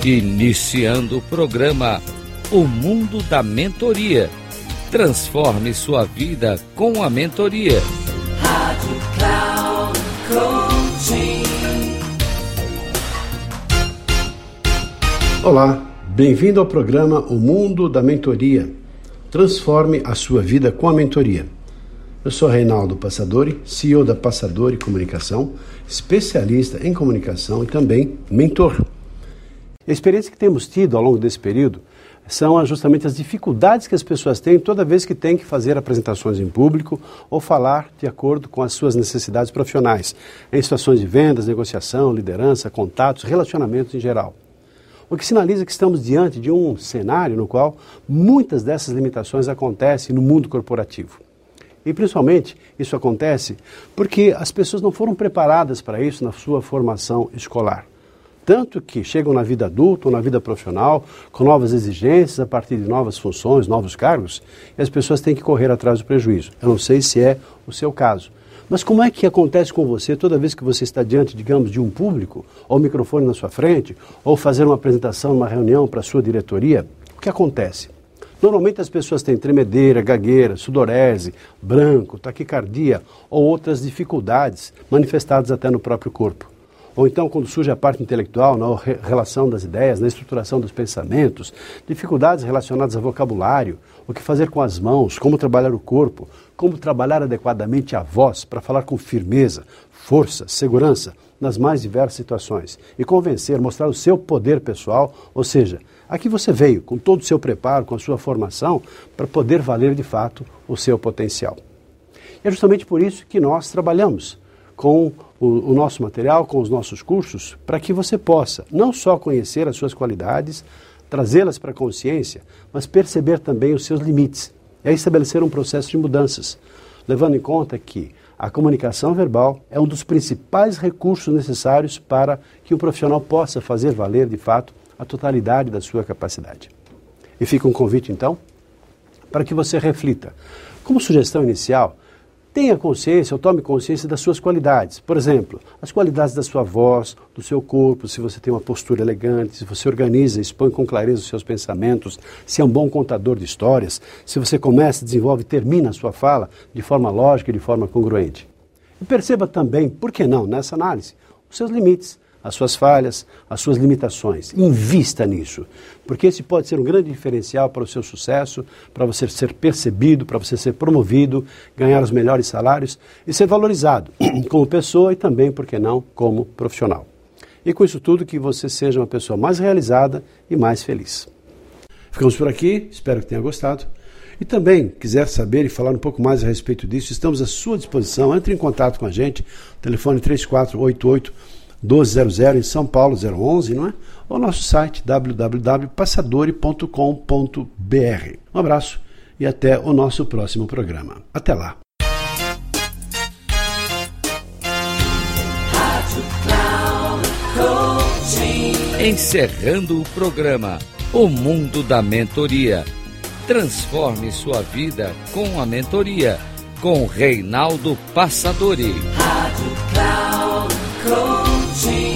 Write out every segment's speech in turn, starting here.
Iniciando o programa O Mundo da Mentoria. Transforme sua vida com a mentoria. Rádio Cloud Coaching. Olá, bem-vindo ao programa O Mundo da Mentoria. Transforme a sua vida com a mentoria. Eu sou Reinaldo Passadori, CEO da Passadori Comunicação, especialista em comunicação e também mentor. A experiência que temos tido ao longo desse período são justamente as dificuldades que as pessoas têm toda vez que têm que fazer apresentações em público ou falar de acordo com as suas necessidades profissionais, em situações de vendas, negociação, liderança, contatos, relacionamentos em geral. O que sinaliza que estamos diante de um cenário no qual muitas dessas limitações acontecem no mundo corporativo. E principalmente isso acontece porque as pessoas não foram preparadas para isso na sua formação escolar. Tanto que chegam na vida adulta ou na vida profissional com novas exigências a partir de novas funções, novos cargos, e as pessoas têm que correr atrás do prejuízo. Eu não sei se é o seu caso. Mas como é que acontece com você toda vez que você está diante, digamos, de um público, ou microfone na sua frente, ou fazer uma apresentação numa reunião para a sua diretoria? O que acontece? Normalmente as pessoas têm tremedeira, gagueira, sudorese, branco, taquicardia ou outras dificuldades manifestadas até no próprio corpo. Ou então, quando surge a parte intelectual, na relação das ideias, na estruturação dos pensamentos, dificuldades relacionadas a vocabulário, o que fazer com as mãos, como trabalhar o corpo, como trabalhar adequadamente a voz para falar com firmeza, força, segurança nas mais diversas situações e convencer, mostrar o seu poder pessoal, ou seja, aqui você veio com todo o seu preparo, com a sua formação, para poder valer de fato o seu potencial. E é justamente por isso que nós trabalhamos com o nosso material, com os nossos cursos, para que você possa não só conhecer as suas qualidades, trazê-las para a consciência, mas perceber também os seus limites. E aí estabelecer um processo de mudanças, levando em conta que a comunicação verbal é um dos principais recursos necessários para que o profissional possa fazer valer, de fato, a totalidade da sua capacidade. E fica um convite, então, para que você reflita. Como sugestão inicial, tenha consciência ou tome consciência das suas qualidades. Por exemplo, as qualidades da sua voz, do seu corpo, se você tem uma postura elegante, se você organiza e expõe com clareza os seus pensamentos, se é um bom contador de histórias, se você começa, desenvolve e termina a sua fala de forma lógica e de forma congruente. E perceba também, por que não, nessa análise, os seus limites, as suas falhas, as suas limitações. Invista nisso, porque esse pode ser um grande diferencial para o seu sucesso, para você ser percebido, para você ser promovido, ganhar os melhores salários e ser valorizado como pessoa e também, por que não, como profissional. E com isso tudo, que você seja uma pessoa mais realizada e mais feliz. Ficamos por aqui, espero que tenha gostado. E também, quiser saber e falar um pouco mais a respeito disso, estamos à sua disposição. Entre em contato com a gente, telefone 3488-1200 em São Paulo, 011, não é? Ou nosso site www.passadori.com.br. Um abraço e até o nosso próximo programa. Até lá. Encerrando o programa O Mundo da Mentoria. Transforme sua vida com a mentoria, com Reinaldo Passadori. Rádio Cloud Coaching.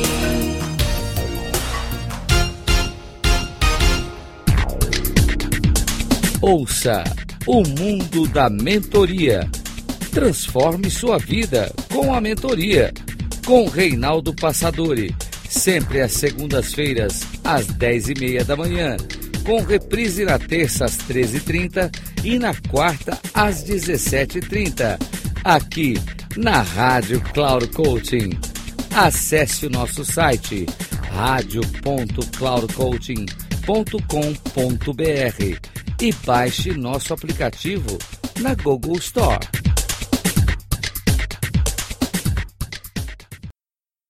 Ouça O Mundo da Mentoria. Transforme sua vida com a mentoria, com Reinaldo Passadori. Sempre às segundas-feiras, às 10h30 da manhã. Com reprise na terça às 13h30 e na quarta às 17h30. Aqui na Rádio Cloud Coaching. Acesse o nosso site radio.cloudcoaching.com.br e baixe nosso aplicativo na Google Store.